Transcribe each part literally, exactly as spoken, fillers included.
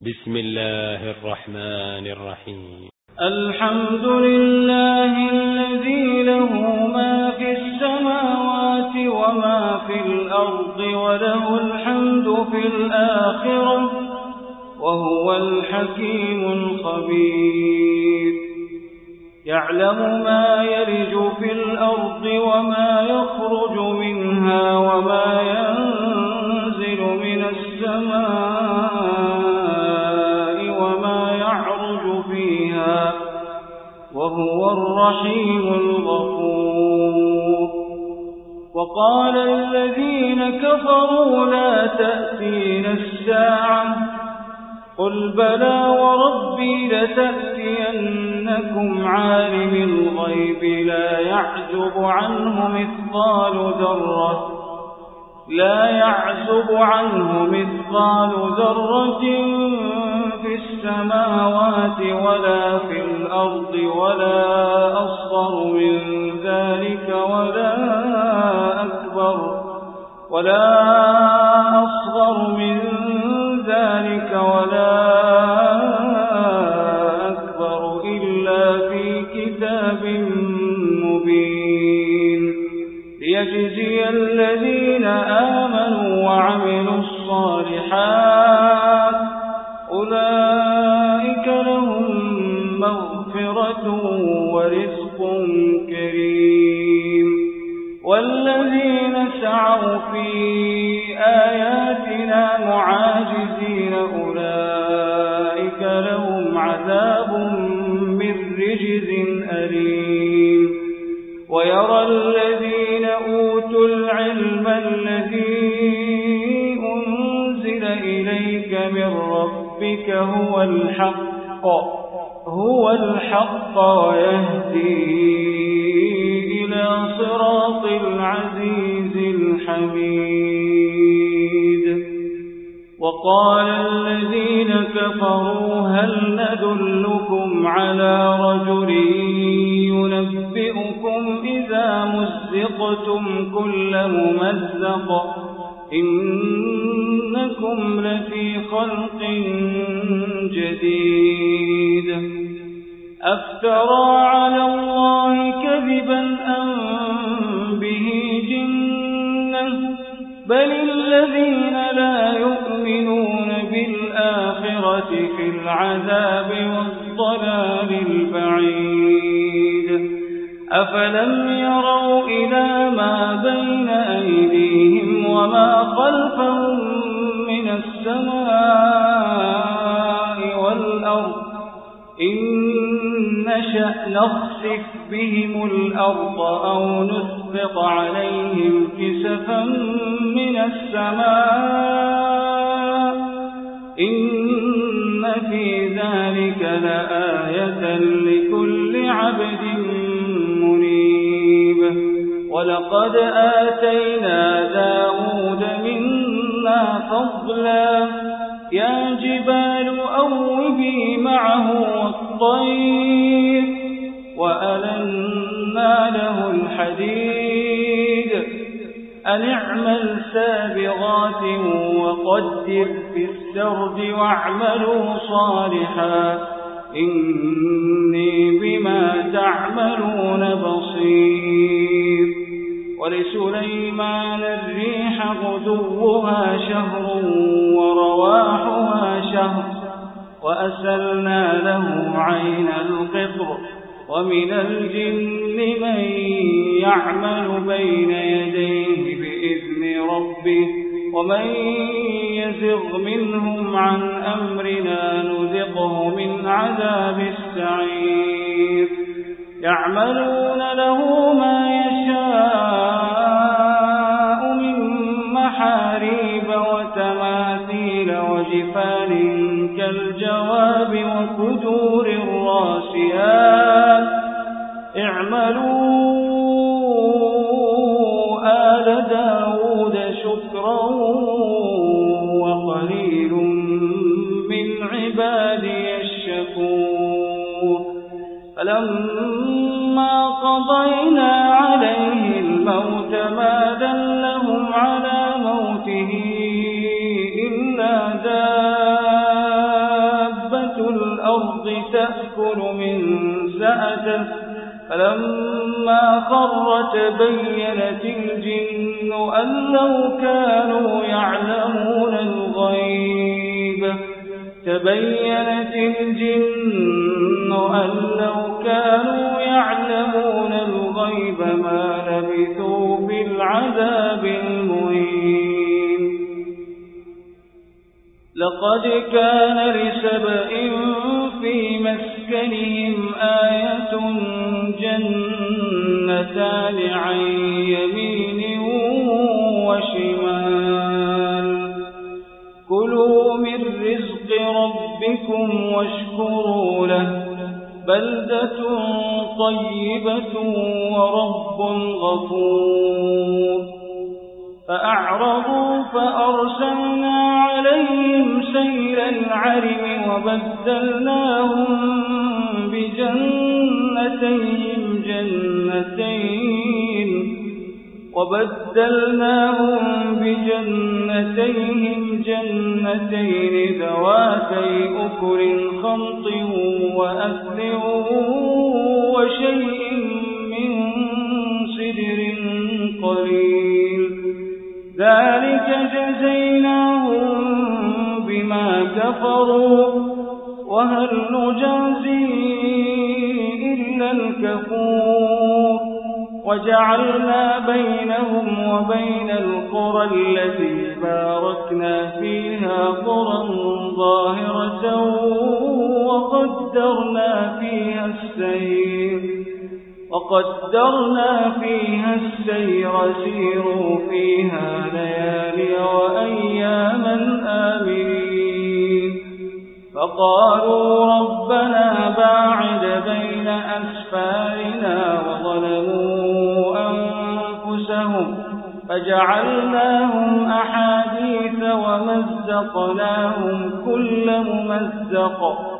بسم الله الرحمن الرحيم. الحمد لله الذي له ما في السماوات وما في الأرض وله الحمد في الآخرة وهو الحكيم الخبير. يعلم ما يلج في الأرض وما يخرج منها وما ينزل من السماء وما يعرج فيها وهو الرحيم الغفور. وقال الذين كفروا لا تأتينا الساعة قل بلى وربي لتأتينكم عالم الغيب لا يعزب عنه مثقال ذرة لا يعزب عنه مثقال ذرة في السماوات ولا في الأرض ولا أصغر من ذلك ولا أكبر ولا أصغر من ذلك ولا أكبر إلا في كتاب مبين ليجزي الذين آمنوا وعملوا الصالحات أولئك لهم مغفرة ورزق كريم. والذين سعوا في آياتنا معاجزين أولئك لهم عذاب من رجز أليم. ويرى الذين أوتوا العلم الذي أنزل إليك من ربك هو الحق هو الحق ويهدي إلى صراط العزيز الحميد. وقال الذين كفروا هل ندلكم على رجل ينبئكم إذا مزقتم كل ممزق إنكم لفي خلق جديد. أفترى على الله كذبا أم به جنة بل الذين لا يؤمنون بالآخرة في العذاب والضلال البعيد. أفلم يروا إلى ما بين أيديهم وما خلفهم من السماء والأرض إن نشأ نخسف بهم الأرض أو نسبق عليهم كسفا من السماء إن في ذلك لآية لكل عبد منيب. ولقد آتينا داود منا فضلا يا جبال أوبي معه والطير وألنا له الحديد أن اعمل سابغات وقدر في السرد واعملوا صالحا إني بما تعملون بصير. ولسليمان الريح غدوها شهر ورواحها شهر وأسلنا له عين القطر ومن الجن من يعمل بين يديه بإذن ربه ومن يزغ منهم عن أمرنا نذقه من عذاب السعير. يعملون له ما يشاء من محاريب وتماثيل وجفان كالجواب وقدور الراسيات اعملوا آل داود شكرا وقليل من عبادي الشكور. فلما قضينا عليه الموت ما دلهم على موته إلا دابة الأرض تأكل من سأته فلما خر تبينت الجن أن لو كانوا يعلمون الغيب تبينت الجن أن لو كانوا يعلمون الغيب ما لبثوا في العذاب المهين. لقد كان لسبإ في مسكنهم آية جنتان عن يمين وشمال كلوا من رزق ربكم واشكروا له بلدة طيبة ورب غفور. فأعرضوا فأرسلنا عليهم سيل العرم وبدلناهم بجنتين جنتين وبدلناهم بجنتين جنتين ذواتي أكل خمط وأثل وشيء من سدر قليل ذلك جزيناهم بما كفروا وهل نجازي إلا الكفور. وجعلنا بينهم وبين القرى التي باركنا فيها قرى ظاهرة وقدرنا فيها السير وقدرنا فيها السير سيروا فيها ليالي وأياما آمنين. فقالوا ربنا باعد بين أسفارنا وظلموا أنفسهم فجعلناهم أحاديث ومزقناهم كل ممزق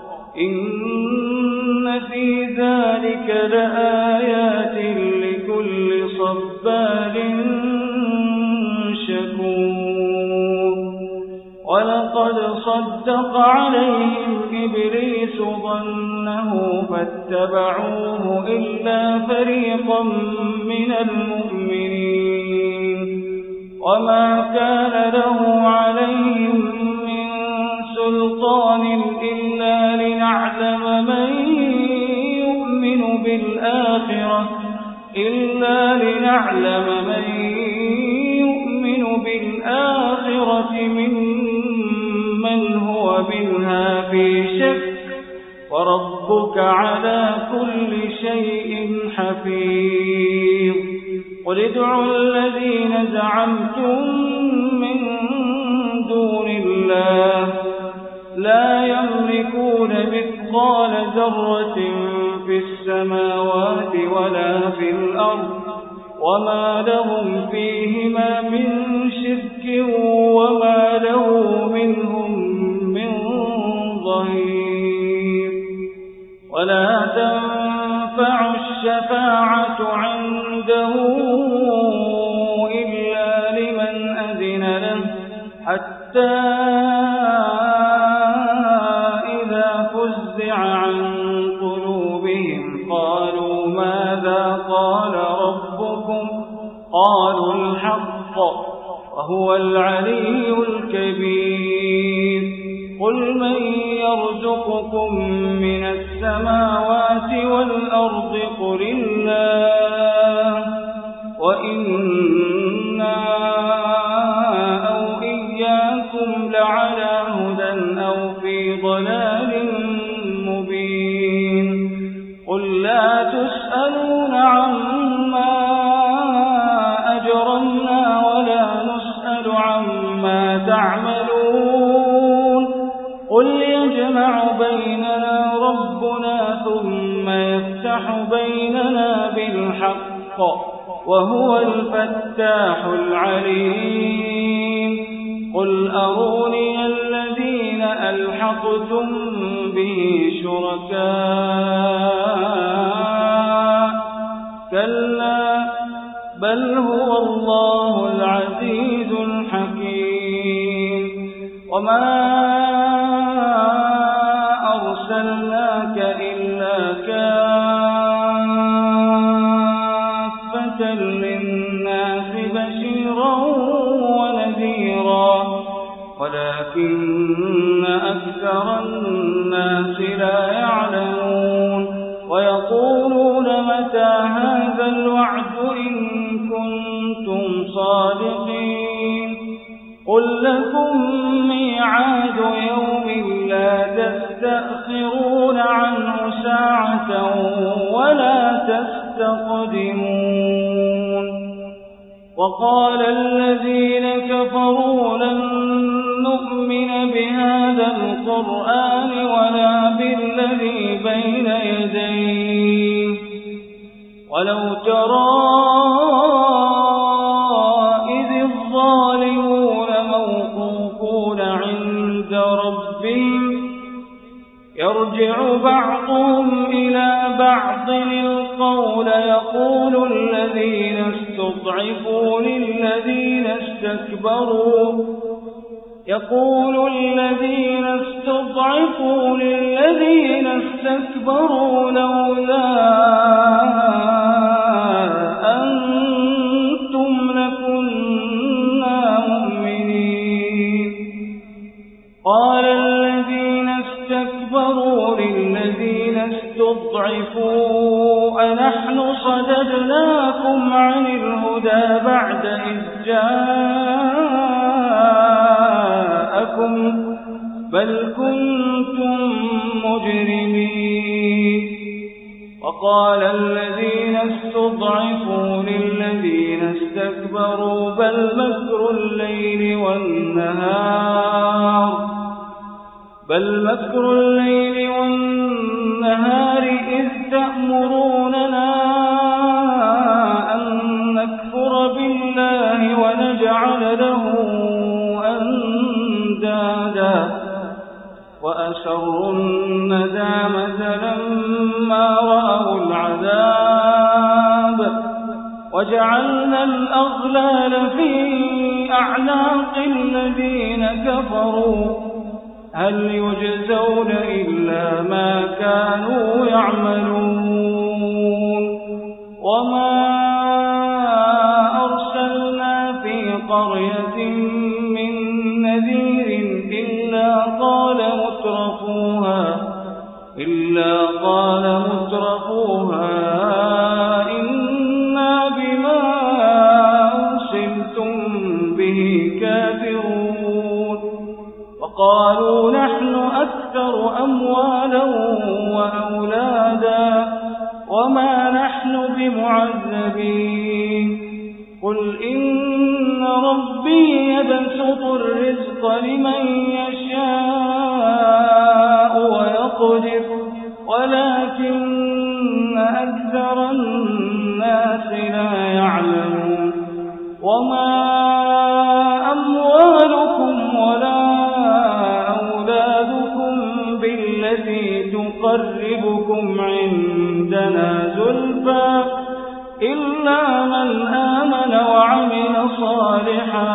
إن في ذلك لآيات لكل صبار شكور. ولقد صدق عليهم إبليس ظنه فاتبعوه إلا فريقا من المؤمنين وما كان له عليهم من سلطان إلا لنعلم من يؤمن بالآخرة إلا لنعلم من يؤمن بالآخرة ممن هو منها في شك وربك على كل شيء حفيظ. قل ادعوا الذين زعمتم من دون الله لا يملكون مثقال ذرة في السماوات ولا في الأرض وما لهم فيهما من شرك وما له منهم من ظهير. ولا تنفع الشفاعة عنده إلا لمن أذن له حتى إذا فزع عن قلوبهم قالوا ماذا قال ربكم قالوا الحق وهو العلي الكبير. قل من يرزقكم من السماوات والأرض قل الله وإنا أو إياكم لعلى هدى أو في ضلال مبين. قل لا تسألون عما أجرمنا ولا نسأل عما تعملون. قل يجمع بيننا ربنا ثم يفتح بيننا بالحق وهو الفتاح العليم. قل أروني الذين ألحقتم به شركاء كلا بل هو الله العزيز الحكيم. وما أرسلناك إلا كافة للناس بشيرا ونذيرا ولكن أكثر الناس لا يعلمون ويقولون متى هذا الوعد إن كنتم صادقين قل لكم ميعاد يوم لا تستأخرون عنه ساعة ولا تستقدمون وقال الذين كفروا لن نؤمن بهذا القرآن ولا بالذي بين يديه ولو ترى إذ الظالمون موقوفون عند ربهم يرجع بعضهم إلى بعض القول يقول الذين استضعفوا للذين استكبروا يقول الذين استضعفوا للذين استكبروا لولا أنتم لكنا مؤمنين قال الذين استكبروا للذين استضعفوا أنحن صددناكم عن الهدى بعد إذ جاءكم بل كنتم مجرمين وقال الذين استضعفوا للذين استكبروا بل مكر الليل والنهار بل مكر الليل والنهار إذ تأمروننا أن نكفر بالله ونجعل له أندادا وأسروا الندامة لما رأوا العذاب وجعلنا الأغلال في أعناق الذين كفروا هل يجزون إلا ما كانوا يعملون وما أرسلنا في قرية من نذير إلا قال مترفوها إلا قال مترفوها إنا بما أرسلتم به كافرون وقالوا نحن أكثر أموالا وأولادا وما نحن بمعذبين قل إن ربي يبسط الرزق لمن يشاء ويقدر ولكن أكثر الناس لا يعلمون وما أموالكم ولا أولادكم بالتي تقربكم عندنا زلفى إلا من آمن وعمل صالحا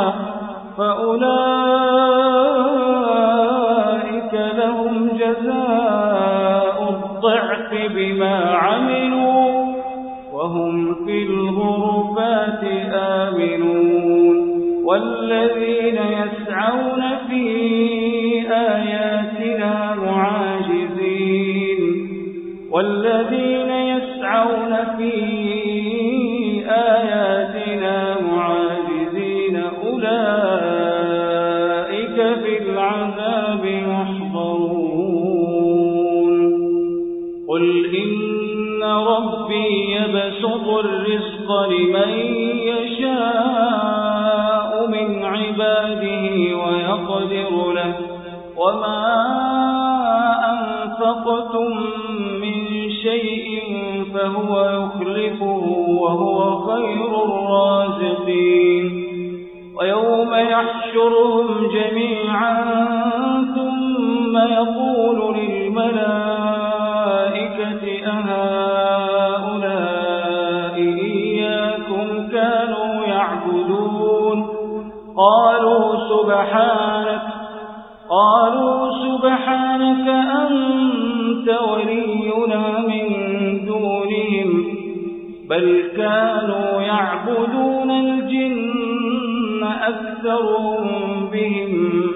فأولئك لهم جزاء الضعف بما عملوا وهم في الغرفات آمنون والذين يسعون في آياتنا معاجزين والذين يسعون في آياتنا معاجزين أولئك في العذاب محضرون قل إن ربي يبسط الرزق لمن يشاء من عباده ويقدر له وما أنفقتم من شيء فهو يخلفه وهو خير الرازقين ويوم يحشرهم جميعا ثم يقول للملائكة أهؤلاء إياكم كانوا يعبدون قالوا سبحانك قالوا سبحانك أنت كانوا يعبدون الجن أكثرهم بهم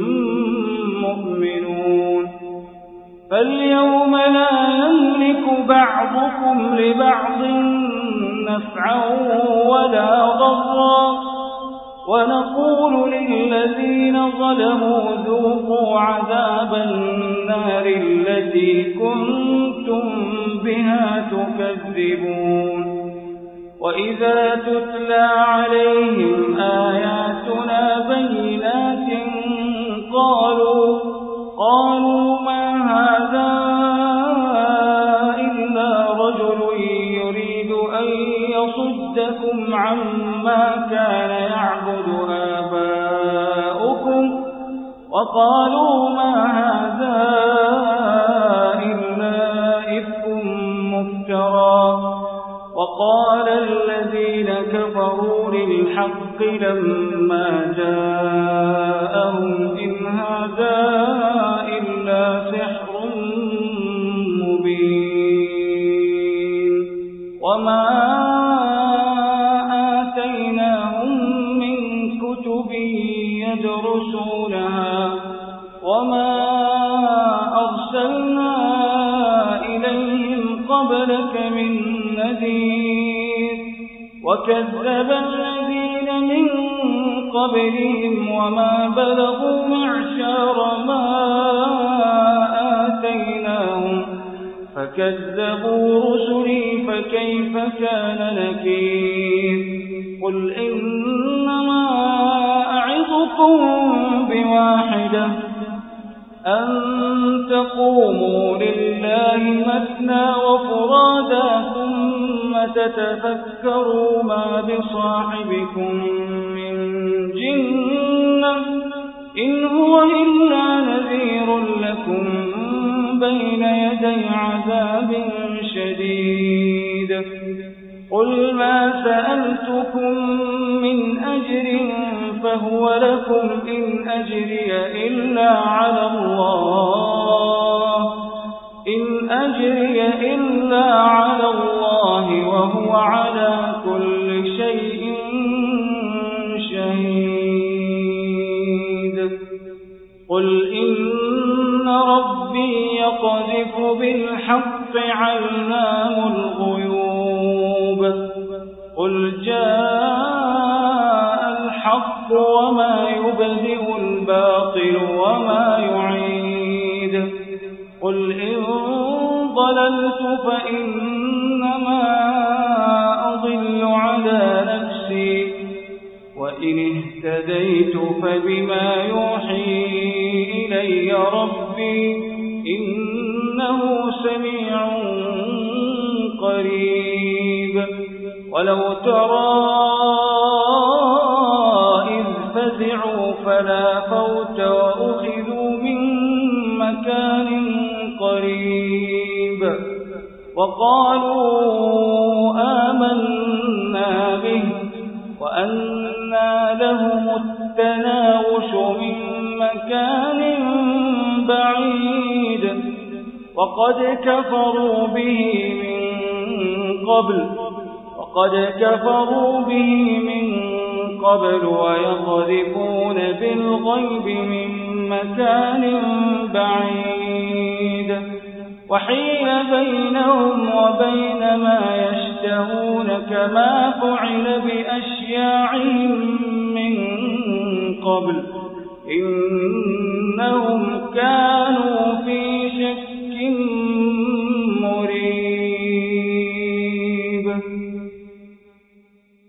مؤمنون فاليوم لا يملك بعضكم لبعض نفعا ولا ضرا ونقول للذين ظلموا ذوقوا عذاب النار التي كنتم بها تكذبون وإذا تتلى عليهم آياتنا بينات قالوا قالوا ما هذا إلا رجل يريد أن يصدكم عما كان يعبد آباؤكم وقالوا ما هذا إلا إفك مفترى وقال الذين كفروا للحق لما جاءهم إن هذا إلا سحر مبين وما آتيناهم من كتب يدرسونها وما أرسلنا إليهم قبلك من نذير وكذب الذين من قبلهم وما بلغوا معشار ما آتيناهم فكذبوا رسلي فكيف كان نكير قل إنما أعظكم بواحدة أن تقوموا لله مثنى وفرادا ثم تتفكروا ما بصاحبكم من جنة إن هو إلا نذير لكم بين يدي عذاب شديد قل ما سألتكم من أجر فهو لكم إن أجري إلا على الله إن أجري إلا على الله وهو على كل شيء شهيد قل إن ربي يقذف بالحق علام الغيوب قل جاء الحق وما يبدئ الباطل وما يعيد قل إن ضللت فإنما أضل على نفسي وإن اهتديت فبما يوحي إلي ربي إنه سميع قريب ولو ترى إذ فزعوا فلا فوت وأخذوا من مكان قريب وقالوا آمنا به وأنى لهم التناوش من مكان بعيد وقد كفروا به من قبل وقد كفروا به من قبل ويقذفون بالغيب من مكان بعيد وحيل بينهم وبين ما يشتهون كما فعل بأشياعهم من قبل إنهم كانوا في